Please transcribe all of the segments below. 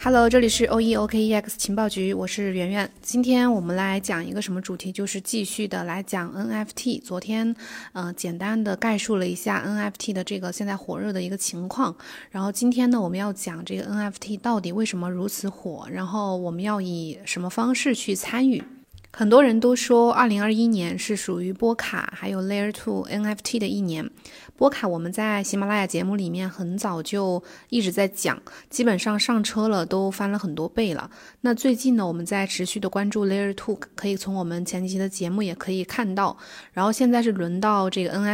Hello， 这里是 OKEX 情报局，我是圆圆。今天我们来讲一个什么主题，就是继续的来讲 NFT。昨天简单的概述了一下 NFT 的这个现在火热的一个情况，然后今天呢我们要讲这个 NFT 到底为什么如此火，然后我们要以什么方式去参与。很多人都说2021年是属于波卡还有 Layer 2 NFT 的一年。波卡我们在喜马拉雅节目里面很早就一直在讲，基本上上车了都翻了很多倍了。那最近呢我们在持续的关注 Layer 2， 可以从我们前几期的节目也可以看到。然后现在是轮到这个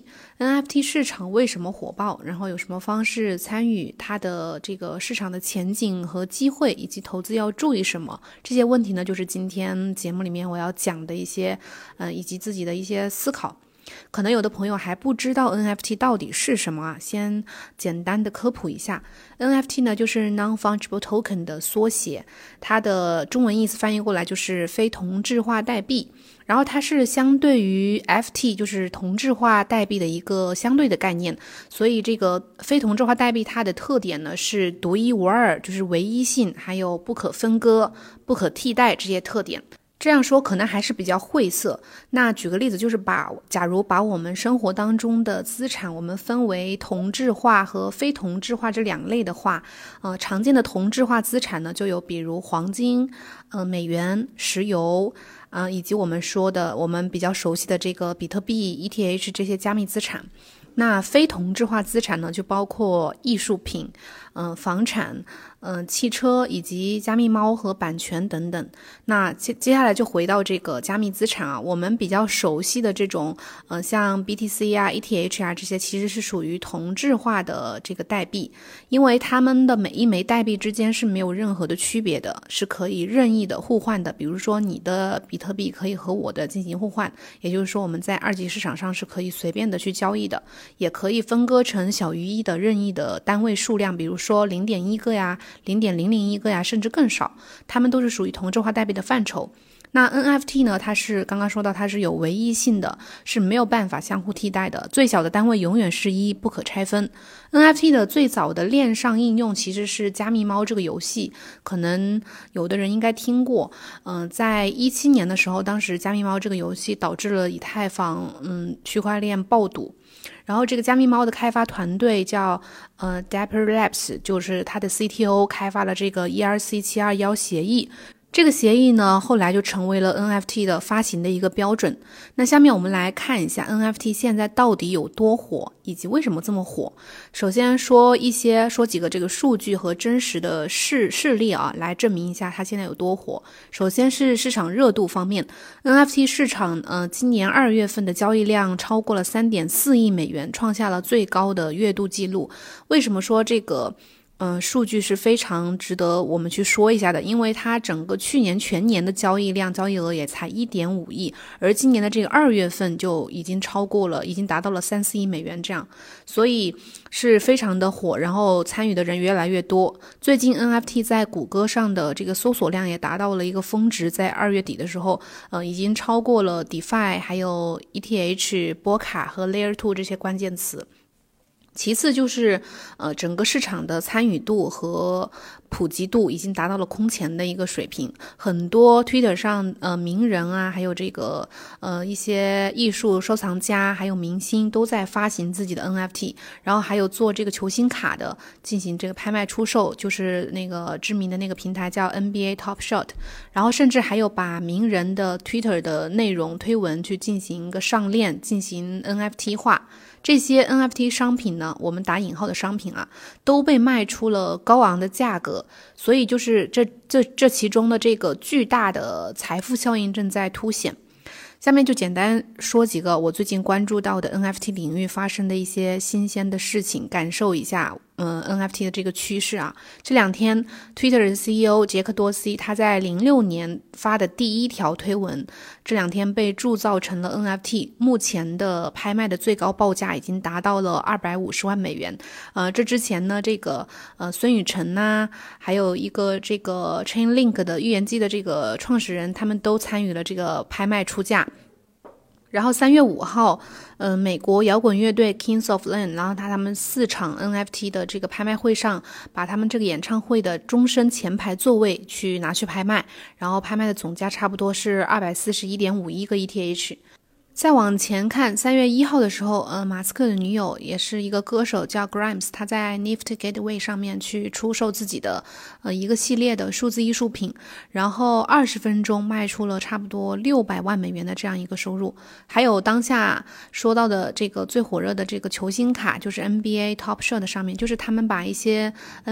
NFT 市场为什么火爆，然后有什么方式参与，它的这个市场的前景和机会，以及投资要注意什么，这些问题呢就是今天节目里面我要讲的一些以及自己的一些思考。可能有的朋友还不知道 NFT 到底是什么啊，先简单的科普一下。NFT 呢就是 Non-Fungible Token 的缩写，它的中文意思翻译过来就是非同质化代币，然后它是相对于 FT 就是同质化代币的一个相对的概念，所以这个非同质化代币它的特点呢是独一无二，就是唯一性，还有不可分割、不可替代这些特点。这样说可能还是比较晦涩，那举个例子，就是假如把我们生活当中的资产我们分为同质化和非同质化这两类的话，常见的同质化资产呢就有比如黄金、美元、石油，以及我们说的我们比较熟悉的这个比特币、ETH 这些加密资产。那非同质化资产呢就包括艺术品、房产、汽车以及加密猫和版权等等。那接下来就回到这个加密资产啊，我们比较熟悉的这种像 BTC 啊 ETH 啊这些其实是属于同质化的这个代币，因为它们的每一枚代币之间是没有任何的区别的，是可以任意的互换的。比如说你的比特币可以和我的进行互换，也就是说我们在二级市场上是可以随便的去交易的，也可以分割成小于1的任意的单位数量，比如说 0.1 个呀 0.001 个呀，甚至更少，它们都是属于同质化代币的范畴。那 NFT 呢，它是刚刚说到它是有唯一性的，是没有办法相互替代的，最小的单位永远是1，不可拆分。 NFT 的最早的链上应用其实是加密猫这个游戏，可能有的人应该听过。在17年的时候，当时加密猫这个游戏导致了以太坊区块链爆堵，然后这个加密猫的开发团队叫Dapper Labs， 就是它的 CTO 开发了这个 ERC-721协议。这个协议呢后来就成为了 NFT 的发行的一个标准。那下面我们来看一下 NFT 现在到底有多火，以及为什么这么火。首先说几个这个数据和真实的事例啊，来证明一下它现在有多火。首先是市场热度方面， NFT 市场今年2月份的交易量超过了 3.4 亿美元，创下了最高的月度记录。为什么说这个数据是非常值得我们去说一下的，因为它整个去年全年的交易额也才 1.5 亿，而今年的这个2月份就已经超过了，已经达到了3-4亿美元这样，所以是非常的火，然后参与的人越来越多。最近 NFT 在谷歌上的这个搜索量也达到了一个峰值，在2月底的时候已经超过了 DeFi 还有 ETH、 波卡和 Layer 2这些关键词。其次就是整个市场的参与度和普及度已经达到了空前的一个水平，很多 Twitter 上名人啊，还有这个一些艺术收藏家还有明星都在发行自己的 NFT， 然后还有做这个球星卡的进行这个拍卖出售，就是那个知名的那个平台叫 NBA Top Shot， 然后甚至还有把名人的 Twitter 的内容推文去进行一个上链，进行 NFT 化。这些 NFT 商品呢，我们打引号的商品啊，都被卖出了高昂的价格，所以就是这其中的这个巨大的财富效应正在凸显。下面就简单说几个我最近关注到的 NFT 领域发生的一些新鲜的事情，感受一下NFT 的这个趋势啊。这两天 Twitter 的 CEO 杰克多西他在06年发的第一条推文，这两天被铸造成了 NFT， 目前的拍卖的最高报价已经达到了250万美元。这之前呢，这个孙宇晨呐，还有一个这个 Chainlink 的预言机的这个创始人，他们都参与了这个拍卖出价。 然后3月5号，美国摇滚乐队 Kings of Leon， 然后他们4场 NFT 的这个拍卖会上，把他们这个演唱会的终身前排座位拿去拍卖，然后拍卖的总价差不多是241.51个 ETH。再往前看，3月1号的时候，马斯克的女友也是一个歌手叫 Grimes， 她在 Nifty Gateway 上面去出售自己的一个系列的数字艺术品，然后20分钟卖出了差不多600万美元的这样一个收入。还有当下说到的这个最火热的这个球星卡，就是 NBA Top Shot 上面，就是他们把一些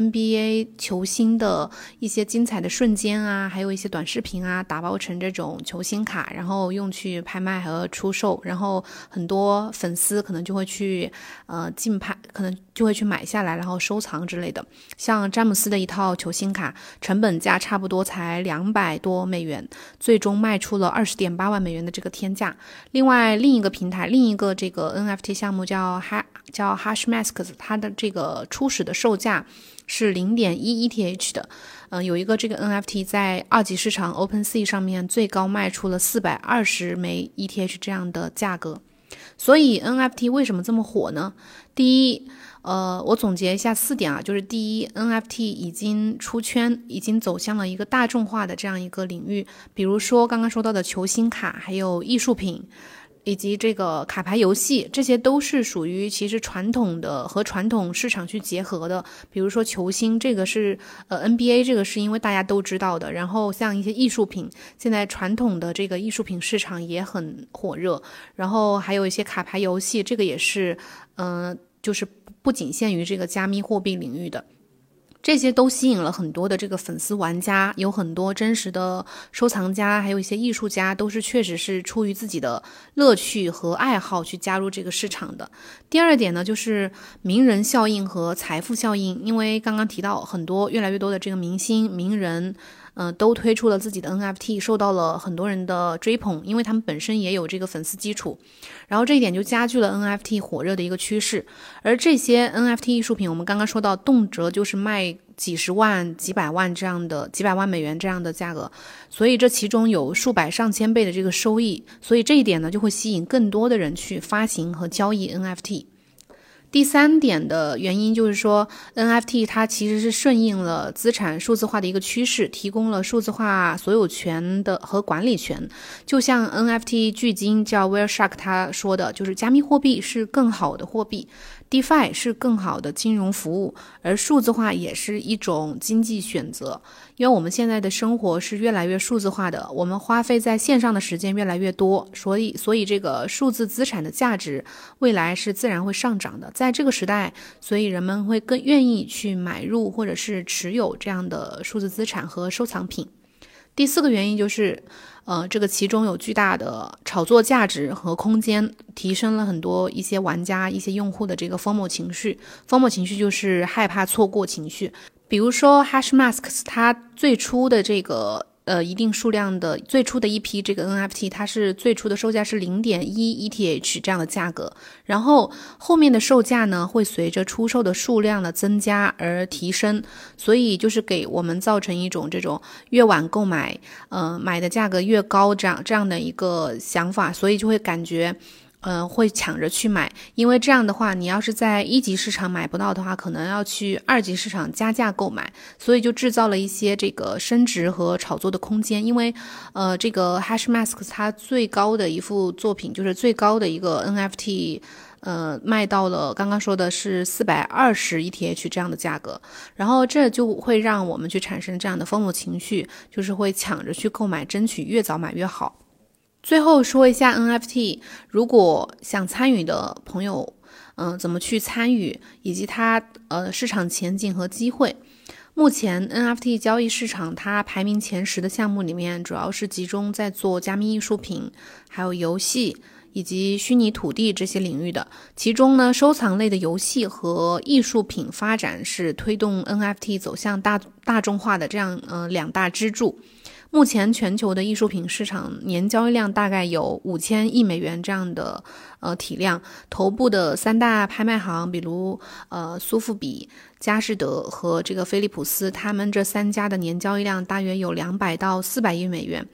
NBA 球星的一些精彩的瞬间啊，还有一些短视频啊，打包成这种球星卡，然后用去拍卖和出售，然后很多粉丝可能就会去竞拍，可能就会去买下来，然后收藏之类的。像詹姆斯的一套球星卡，成本价差不多才200多美元，最终卖出了20.8万美元的这个天价。另外，另一个平台，另一个这个 NFT 项目叫 Hashmasks， 它的这个初始的售价是 0.1 ETH 的。有一个这个 NFT 在二级市场 OpenSea 上面最高卖出了420枚 ETH 这样的价格。所以 NFT 为什么这么火呢？第一，我总结一下4点啊，就是第一， NFT 已经出圈，已经走向了一个大众化的这样一个领域，比如说刚刚说到的球星卡，还有艺术品，以及这个卡牌游戏，这些都是属于其实传统的和传统市场去结合的。比如说球星，这个是NBA， 这个是因为大家都知道的。然后像一些艺术品，现在传统的这个艺术品市场也很火热。然后还有一些卡牌游戏，这个也是就是不仅限于这个加密货币领域的。这些都吸引了很多的这个粉丝玩家，有很多真实的收藏家，还有一些艺术家，都是确实是出于自己的乐趣和爱好去加入这个市场的。第二点呢，就是名人效应和财富效应，因为刚刚提到很多越来越多的这个明星名人都推出了自己的 NFT， 受到了很多人的追捧，因为他们本身也有这个粉丝基础，然后这一点就加剧了 NFT 火热的一个趋势。而这些 NFT 艺术品，我们刚刚说到，动辄就是卖几十万、几百万这样的，几百万美元这样的价格，所以这其中有数百上千倍的这个收益，所以这一点呢，就会吸引更多的人去发行和交易 NFT。第三点的原因就是说 NFT 它其实是顺应了资产数字化的一个趋势，提供了数字化所有权的和管理权。就像 NFT 巨鲸叫 Wireshark 他说的，就是加密货币是更好的货币， DeFi 是更好的金融服务，而数字化也是一种经济选择。因为我们现在的生活是越来越数字化的，我们花费在线上的时间越来越多，所以这个数字资产的价值未来是自然会上涨的。在这个时代，所以人们会更愿意去买入或者是持有这样的数字资产和收藏品。第四个原因就是这个其中有巨大的炒作价值和空间，提升了很多一些玩家一些用户的这个FOMO情绪。FOMO情绪就是害怕错过情绪。比如说 Hashmasks 它最初的这个一定数量的最初的一批这个 NFT， 它是最初的售价是 0.1 ETH 这样的价格，然后后面的售价呢会随着出售的数量的增加而提升，所以就是给我们造成一种这种越晚购买买的价格越高这样的一个想法，所以就会感觉会抢着去买，因为这样的话你要是在一级市场买不到的话，可能要去二级市场加价购买，所以就制造了一些这个升值和炒作的空间。因为这个 Hashmasks 它最高的一幅作品，就是最高的一个 NFT卖到了刚刚说的是420 ETH 这样的价格，然后这就会让我们去产生这样的FOMO情绪，就是会抢着去购买，争取越早买越好。最后说一下 NFT， 如果想参与的朋友怎么去参与，以及它市场前景和机会。目前 NFT 交易市场它排名前10的项目里面，主要是集中在做加密艺术品，还有游戏以及虚拟土地这些领域的。其中呢，收藏类的游戏和艺术品发展是推动 NFT 走向大众化的这样2大支柱。目前全球的艺术品市场年交易量大概有5000亿美元这样的体量，头部的3大拍卖行，比如苏富比、佳士得和这个菲利普斯，他们这3家的年交易量大约有200到400亿美元。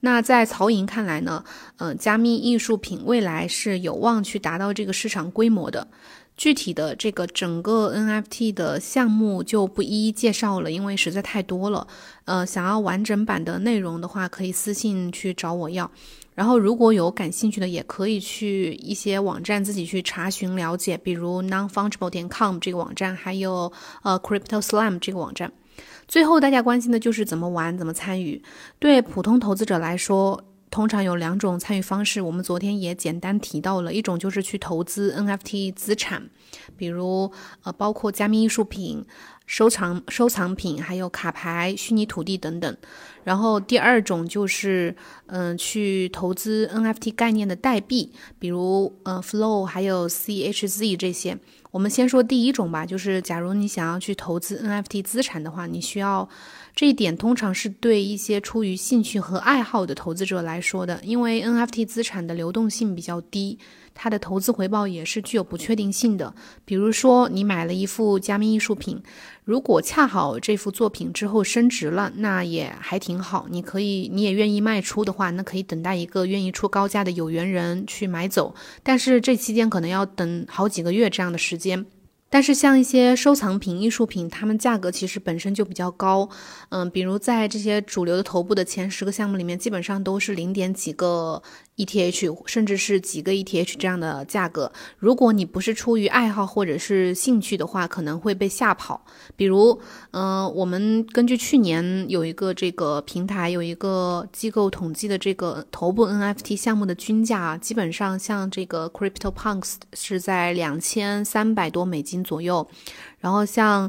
那在曹莹看来呢，加密艺术品未来是有望去达到这个市场规模的。具体的这个整个 NFT 的项目就不一一介绍了，因为实在太多了。想要完整版的内容的话，可以私信去找我要。然后如果有感兴趣的，也可以去一些网站自己去查询了解，比如 nonfungible.com 这个网站，还有CryptoSlam 这个网站。最后大家关心的就是怎么玩，怎么参与。对普通投资者来说，通常有2种参与方式，我们昨天也简单提到了，一种就是去投资 NFT 资产，比如包括加密艺术品、收藏品，还有卡牌、虚拟土地等等。然后第二种就是去投资 NFT 概念的代币，比如Flow 还有 CHZ 这些。我们先说第一种吧，就是假如你想要去投资 NFT 资产的话，你需要这一点通常是对一些出于兴趣和爱好的投资者来说的，因为 NFT 资产的流动性比较低，它的投资回报也是具有不确定性的。比如说你买了一幅加密艺术品，如果恰好这幅作品之后升值了，那也还挺好，你也愿意卖出的话，那可以等待一个愿意出高价的有缘人去买走，但是这期间可能要等好几个月这样的时间。但是像一些收藏品、艺术品，它们价格其实本身就比较高，比如在这些主流的头部的前10个项目里面，基本上都是0点几个 ETH， 甚至是几个 ETH 这样的价格。如果你不是出于爱好或者是兴趣的话，可能会被吓跑。比如，我们根据去年有一个这个平台有一个机构统计的这个头部 NFT 项目的均价，基本上像这个 CryptoPunks 是在2300多美金左右，然后像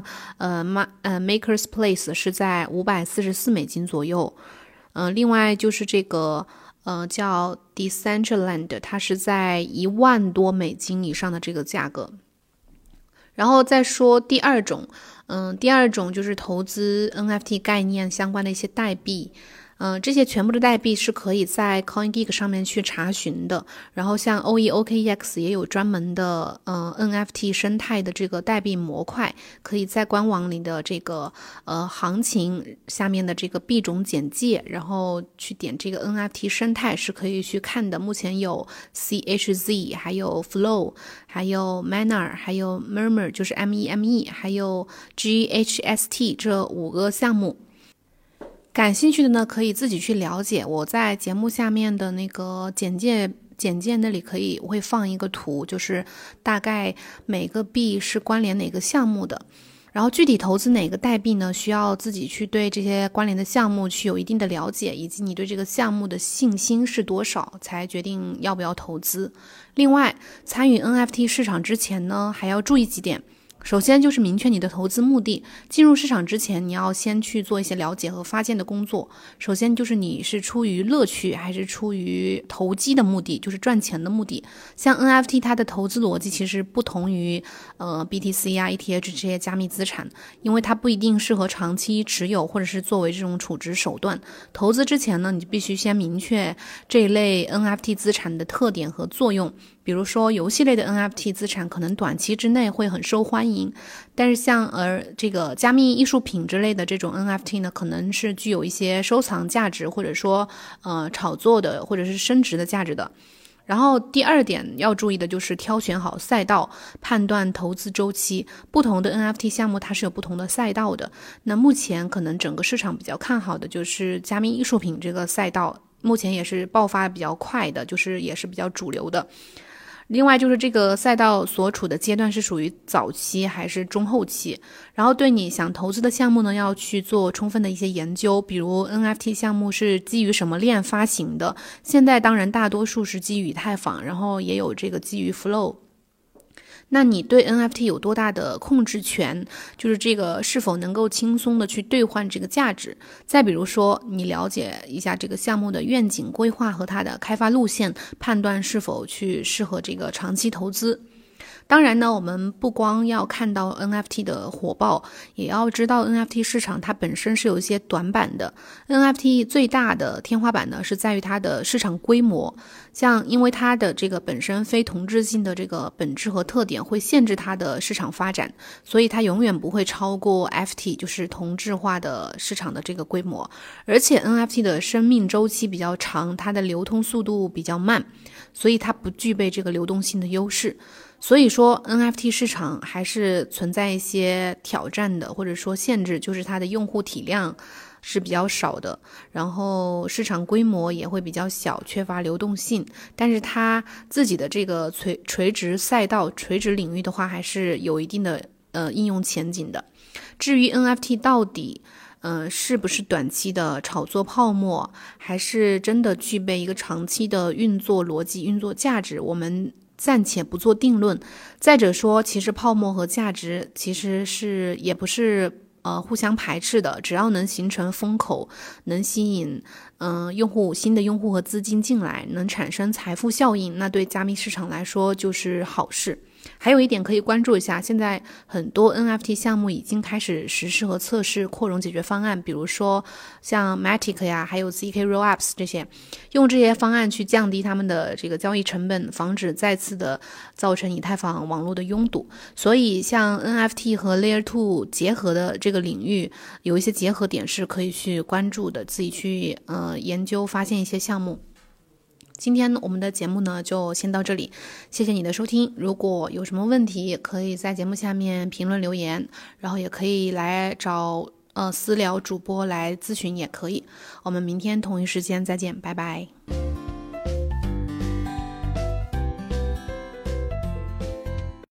Maker's Place 是在544美金左右，另外就是这个叫 Decentraland， 它是在1万多美金以上的这个价格。然后再说第二种就是投资 NFT 概念相关的一些代币。这些全部的代币是可以在 CoinGeek 上面去查询的，然后像 OKEX 也有专门的NFT 生态的这个代币模块，可以在官网里的这个行情下面的这个币种简介，然后去点这个 NFT 生态是可以去看的。目前有 CHZ， 还有 Flow， 还有 Manor， 还有 Murmur 就是 MEME， 还有 GHST 这5个项目。感兴趣的呢，可以自己去了解。我在节目下面的那个简介那里我会放一个图，就是大概每个币是关联哪个项目的。然后具体投资哪个代币呢，需要自己去对这些关联的项目去有一定的了解，以及你对这个项目的信心是多少，才决定要不要投资。另外，参与 NFT 市场之前呢，还要注意几点。首先就是明确你的投资目的，进入市场之前，你要先去做一些了解和发现的工作。首先就是你是出于乐趣还是出于投机的目的，就是赚钱的目的。像 NFT 它的投资逻辑其实不同于BTC 啊 ETH 这些加密资产，因为它不一定适合长期持有或者是作为这种储值手段。投资之前呢，你就必须先明确这一类 NFT 资产的特点和作用。比如说游戏类的 NFT 资产可能短期之内会很受欢迎，但是像这个加密艺术品之类的这种 NFT 呢，可能是具有一些收藏价值，或者说炒作的或者是升值的价值的。然后第二点要注意的就是挑选好赛道，判断投资周期。不同的 NFT 项目它是有不同的赛道的。那目前可能整个市场比较看好的就是加密艺术品这个赛道，目前也是爆发比较快的，就是也是比较主流的。另外就是这个赛道所处的阶段是属于早期还是中后期，然后对你想投资的项目呢，要去做充分的一些研究，比如 NFT 项目是基于什么链发行的，现在当然大多数是基于以太坊，然后也有这个基于 Flow。那你对 NFT 有多大的控制权，就是这个是否能够轻松的去兑换这个价值。再比如说你了解一下这个项目的愿景规划和它的开发路线，判断是否去适合这个长期投资。 当然呢，我们不光要看到 NFT 的火爆，也要知道 NFT 市场它本身是有一些短板的。NFT 最大的天花板呢，是在于它的市场规模，因为它的这个本身非同质性的这个本质和特点会限制它的市场发展，所以它永远不会超过 FT， 就是同质化的市场的这个规模。而且 NFT 的生命周期比较长，它的流通速度比较慢，所以它不具备这个流动性的优势。所以说 NFT 市场还是存在一些挑战的，或者说限制，就是它的用户体量是比较少的，然后市场规模也会比较小，缺乏流动性。但是它自己的这个垂直赛道、垂直领域的话，还是有一定的应用前景的。至于 NFT 到底是不是短期的炒作泡沫，还是真的具备一个长期的运作逻辑、运作价值，我们暂且不做定论。再者说，其实泡沫和价值其实也不是互相排斥的，只要能形成风口，能吸引新的用户和资金进来，能产生财富效应，那对加密市场来说就是好事。还有一点可以关注一下，现在很多 NFT 项目已经开始实施和测试扩容解决方案，比如说像 Matic 呀，还有 ZK Rollups 这些，用这些方案去降低他们的这个交易成本，防止再次的造成以太坊网络的拥堵。所以像 NFT 和 Layer 2结合的这个领域，有一些结合点是可以去关注的，自己去研究发现一些项目。今天我们的节目呢就先到这里，谢谢你的收听。如果有什么问题，可以在节目下面评论留言，然后也可以来找私聊主播来咨询也可以。我们明天同一时间再见，拜拜。